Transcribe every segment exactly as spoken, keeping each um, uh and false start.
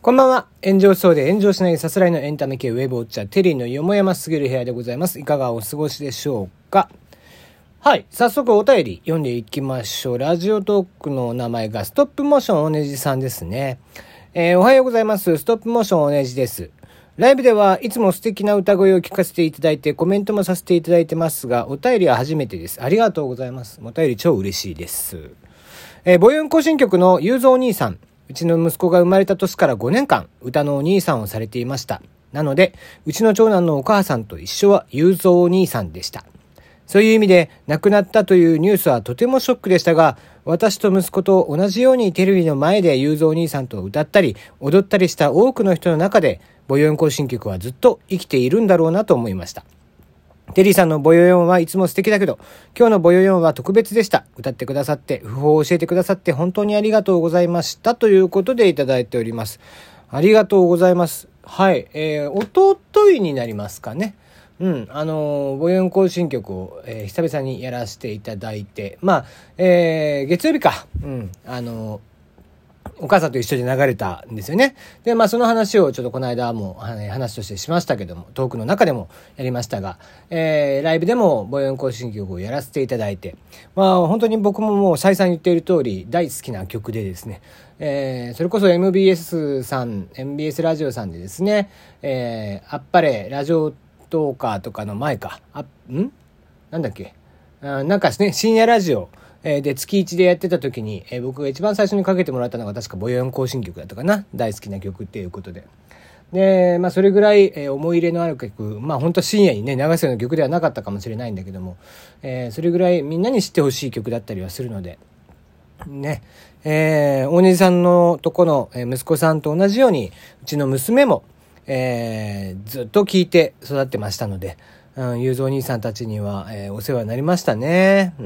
こんばんは。炎上しそうで炎上しないさすらいのエンタメ系ウェブウォッチャーテリーのよもやますぎる部屋でございます。いかがお過ごしでしょうか。はい。早速お便り読んでいきましょう。ラジオトークのお名前がストップモーションおねじさんですね。えー、おはようございます。ストップモーションおねじです。ライブではいつも素敵な歌声を聞かせていただいてコメントもさせていただいてますが、お便りは初めてです。ありがとうございます。お便り超嬉しいです。えー、母音行進曲のゆうぞう兄さん。うちの息子が生まれた年からごねんかん歌のお兄さんをされていました。なので、うちの長男のお母さんと一緒はゆうぞう兄さんでした。そういう意味で亡くなったというニュースはとてもショックでしたが、私と息子と同じようにテレビの前でゆうぞう兄さんと歌ったり踊ったりした多くの人の中で、母音行進曲はずっと生きているんだろうなと思いました。テリーさんのボヨヨンはいつも素敵だけど、今日のボヨヨンは特別でした。歌ってくださって、訃報を教えてくださって本当にありがとうございました。ということでいただいております。ありがとうございます。はい。えー、おとといになりますかね。うん。あのー、母音行進曲を、えー、久々にやらせていただいて、まあ、えー、月曜日か。うん。あのー、お母さんと一緒で流れたんですよね。で、まあその話をちょっとこの間も話としてしましたけども、トークの中でもやりましたが、えー、ライブでも母音行進曲をやらせていただいて、まあ本当に僕ももう再三言っている通り大好きな曲でですね、えー、それこそ エムビーエス さん、エムビーエス ラジオさんでですね、えー、あっぱれラジオトーカーとかの前か、あ、んなんだっけあなんかですね、深夜ラジオ、で、月いちでやってた時に、えー、僕が一番最初にかけてもらったのが確か母音行進曲だったかな。大好きな曲っていうことで。で、まあそれぐらい、えー、思い入れのある曲、まあ本当深夜にね、流すような曲ではなかったかもしれないんだけども、えー、それぐらいみんなに知ってほしい曲だったりはするので、ね、えー、大根さんのとこの息子さんと同じように、うちの娘も、えー、ずっと聴いて育ってましたので、うん、ゆうぞう兄さんたちには、えー、お世話になりましたね。うん。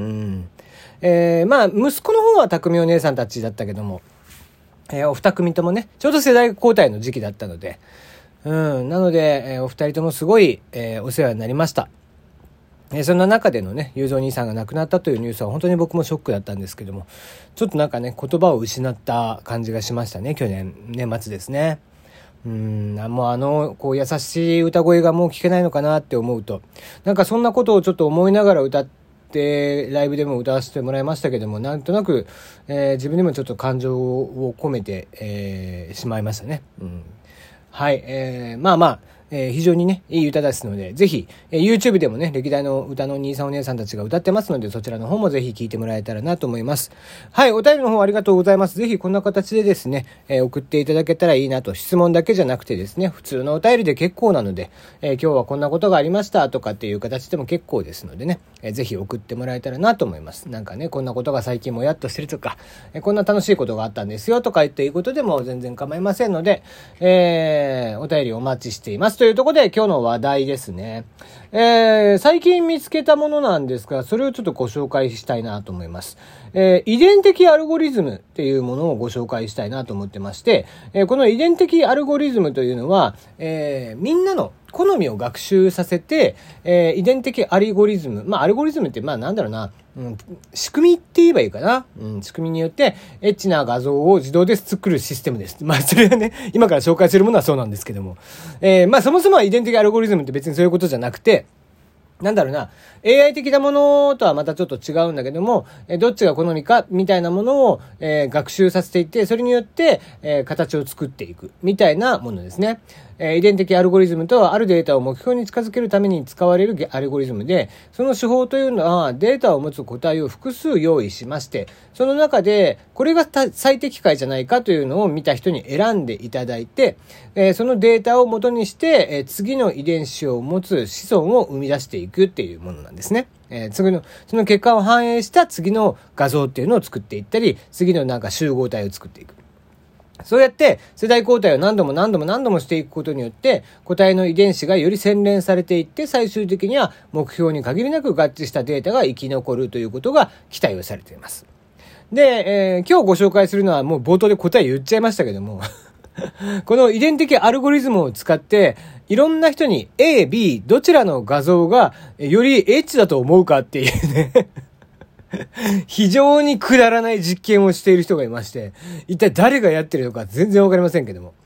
えー、まあ、息子の方は匠お姉さんたちだったけども、えー、お二組ともね、ちょうど世代交代の時期だったので、うん、なので、えー、お二人ともすごい、えー、お世話になりました。えー、そんな中でのね、ゆうぞう兄さんが亡くなったというニュースは本当に僕もショックだったんですけども、ちょっとなんかね、言葉を失った感じがしましたね、去年、年末ですね。うん、もうあの、こう優しい歌声がもう聞けないのかなって思うと、なんかそんなことをちょっと思いながら歌って、でライブでも歌わせてもらいましたけども、なんとなく、えー、自分でもちょっと感情を込めて、えー、しまいましたね。うん、はい、えー、まあまあ、えー、非常にね、いい歌ですので、ぜひ、えー、YouTube でもね、歴代の歌の兄さんお姉さんたちが歌ってますので、そちらの方もぜひ聴いてもらえたらなと思います。はい、お便りの方ありがとうございます。ぜひこんな形でですね、えー、送っていただけたらいいなと、質問だけじゃなくてですね、普通のお便りで結構なので、えー、今日はこんなことがありましたとかっていう形でも結構ですのでね、えー、ぜひ送ってもらえたらなと思います。なんかね、こんなことが最近もやっとしてるとか、えー、こんな楽しいことがあったんですよとか言っていうことでも全然構いませんので、えー、お便りお待ちしています。というところで今日の話題ですね。えー、最近見つけたものなんですが、それをちょっとご紹介したいなと思います。えー、遺伝的アルゴリズムっていうものをご紹介したいなと思ってまして、えー、この遺伝的アルゴリズムというのは、えー、みんなの好みを学習させて、えー、遺伝的アルゴリズム。まあ、アルゴリズムって、まあ、なんだろうな、うん、仕組みって言えばいいかな。うん、仕組みによって、エッチな画像を自動で作るシステムです。まあ、それはね、今から紹介するものはそうなんですけども。えー、まあ、そもそもは遺伝的アルゴリズムって別にそういうことじゃなくて、なんだろうな、エーアイ 的なものとはまたちょっと違うんだけども、えどっちが好みかみたいなものを、えー、学習させていって、それによって、えー、形を作っていくみたいなものですね。えー、遺伝的アルゴリズムとは、あるデータを目標に近づけるために使われるアルゴリズムで、その手法というのはデータを持つ個体を複数用意しまして、その中でこれが最適解じゃないかというのを見た人に選んでいただいて、えー、そのデータを元にして、えー、次の遺伝子を持つ子孫を生み出していくっていうものなんですね。えー、次の、その結果を反映した次の画像っていうのを作っていったり、次のなんか集合体を作っていく。そうやって世代交代を何度も何度も何度もしていくことによって、個体の遺伝子がより洗練されていって、最終的には目標に限りなく合致したデータが生き残るということが期待をされています。で、えー、今日ご紹介するのはもう冒頭で答え言っちゃいましたけども、この遺伝的アルゴリズムを使って、いろんな人に A、B、どちらの画像がよりエッチだと思うかっていうね、非常にくだらない実験をしている人がいまして、一体誰がやってるのか全然わかりませんけども。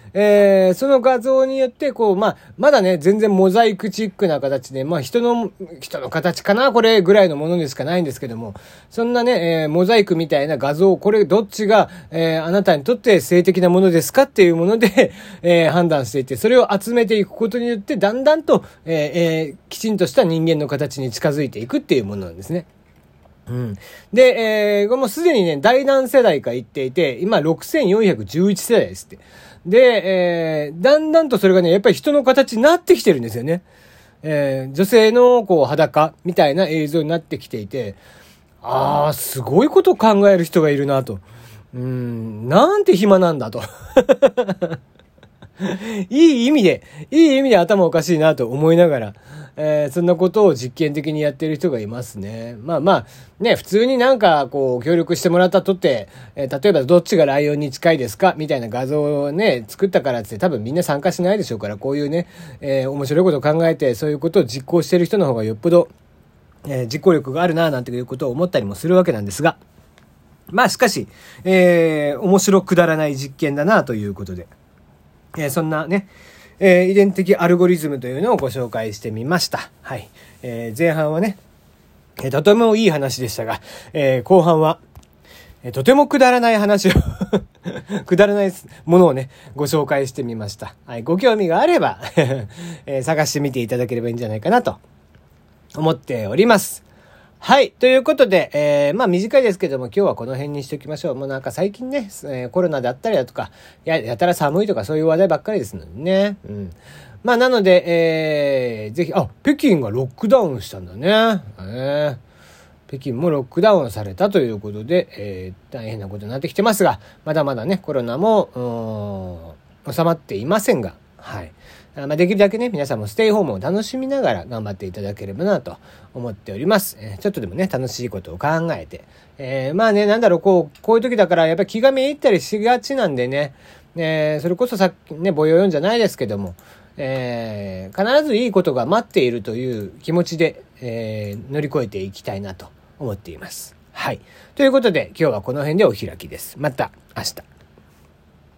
えー、その画像によって、こう、まあ、まだね、全然モザイクチックな形で、まあ、人の、人の形かなこれぐらいのものでしかないんですけども、そんなね、えー、モザイクみたいな画像、これどっちが、えー、あなたにとって性的なものですかっていうもので、えー、判断していて、それを集めていくことによって、だんだんと、えーえー、きちんとした人間の形に近づいていくっていうものなんですね。うん。で、えー、もうすでにね、第何世代か言っていて、今ろくせんよんひゃくじゅういち世代ですって。で、えー、だんだんとそれがね、やっぱり人の形になってきてるんですよね。えー、女性のこう裸みたいな映像になってきていて、あー、すごいことを考える人がいるなと。うーん、なんて暇なんだと。いい意味で、いい意味で頭おかしいなと思いながら、えー、そんなことを実験的にやってる人がいますね。まあまあ、ね、普通になんかこう協力してもらったとって、えー、例えばどっちがライオンに近いですかみたいな画像をね、作ったからって多分みんな参加しないでしょうから、こういうね、えー、面白いことを考えて、そういうことを実行してる人の方がよっぽど、えー、実行力があるななんていうことを思ったりもするわけなんですが、まあしかし、えー、面白くだらない実験だなということで、えー、そんなね、えー、遺伝的アルゴリズムというのをご紹介してみました。はい。えー、前半はね、えー、とてもいい話でしたが、えー、後半は、えー、とてもくだらない話をくだらないものをね、ご紹介してみました。はい。ご興味があれば、えー、探してみていただければいいんじゃないかなと思っております。はい。ということで、えー、まあ短いですけども今日はこの辺にしておきましょう。もうなんか最近ね、えー、コロナだったりだとか、や、やたら寒いとかそういう話題ばっかりですのでね。うん。まあなので、えー、ぜひ、あ、北京がロックダウンしたんだね。えー、北京もロックダウンされたということで、えー、大変なことになってきてますが、まだまだね、コロナも、収まっていませんが、はい。まあ、できるだけね、皆さんもステイホームを楽しみながら頑張っていただければなと思っております。えー、ちょっとでもね、楽しいことを考えて。えー、まあね、なんだろう、こう、こういう時だからやっぱり気がめいったりしがちなんでね、えー、それこそさっきね、ぼよよんじゃないですけども、えー、必ずいいことが待っているという気持ちで、えー、乗り越えていきたいなと思っています。はい。ということで、今日はこの辺でお開きです。また明日。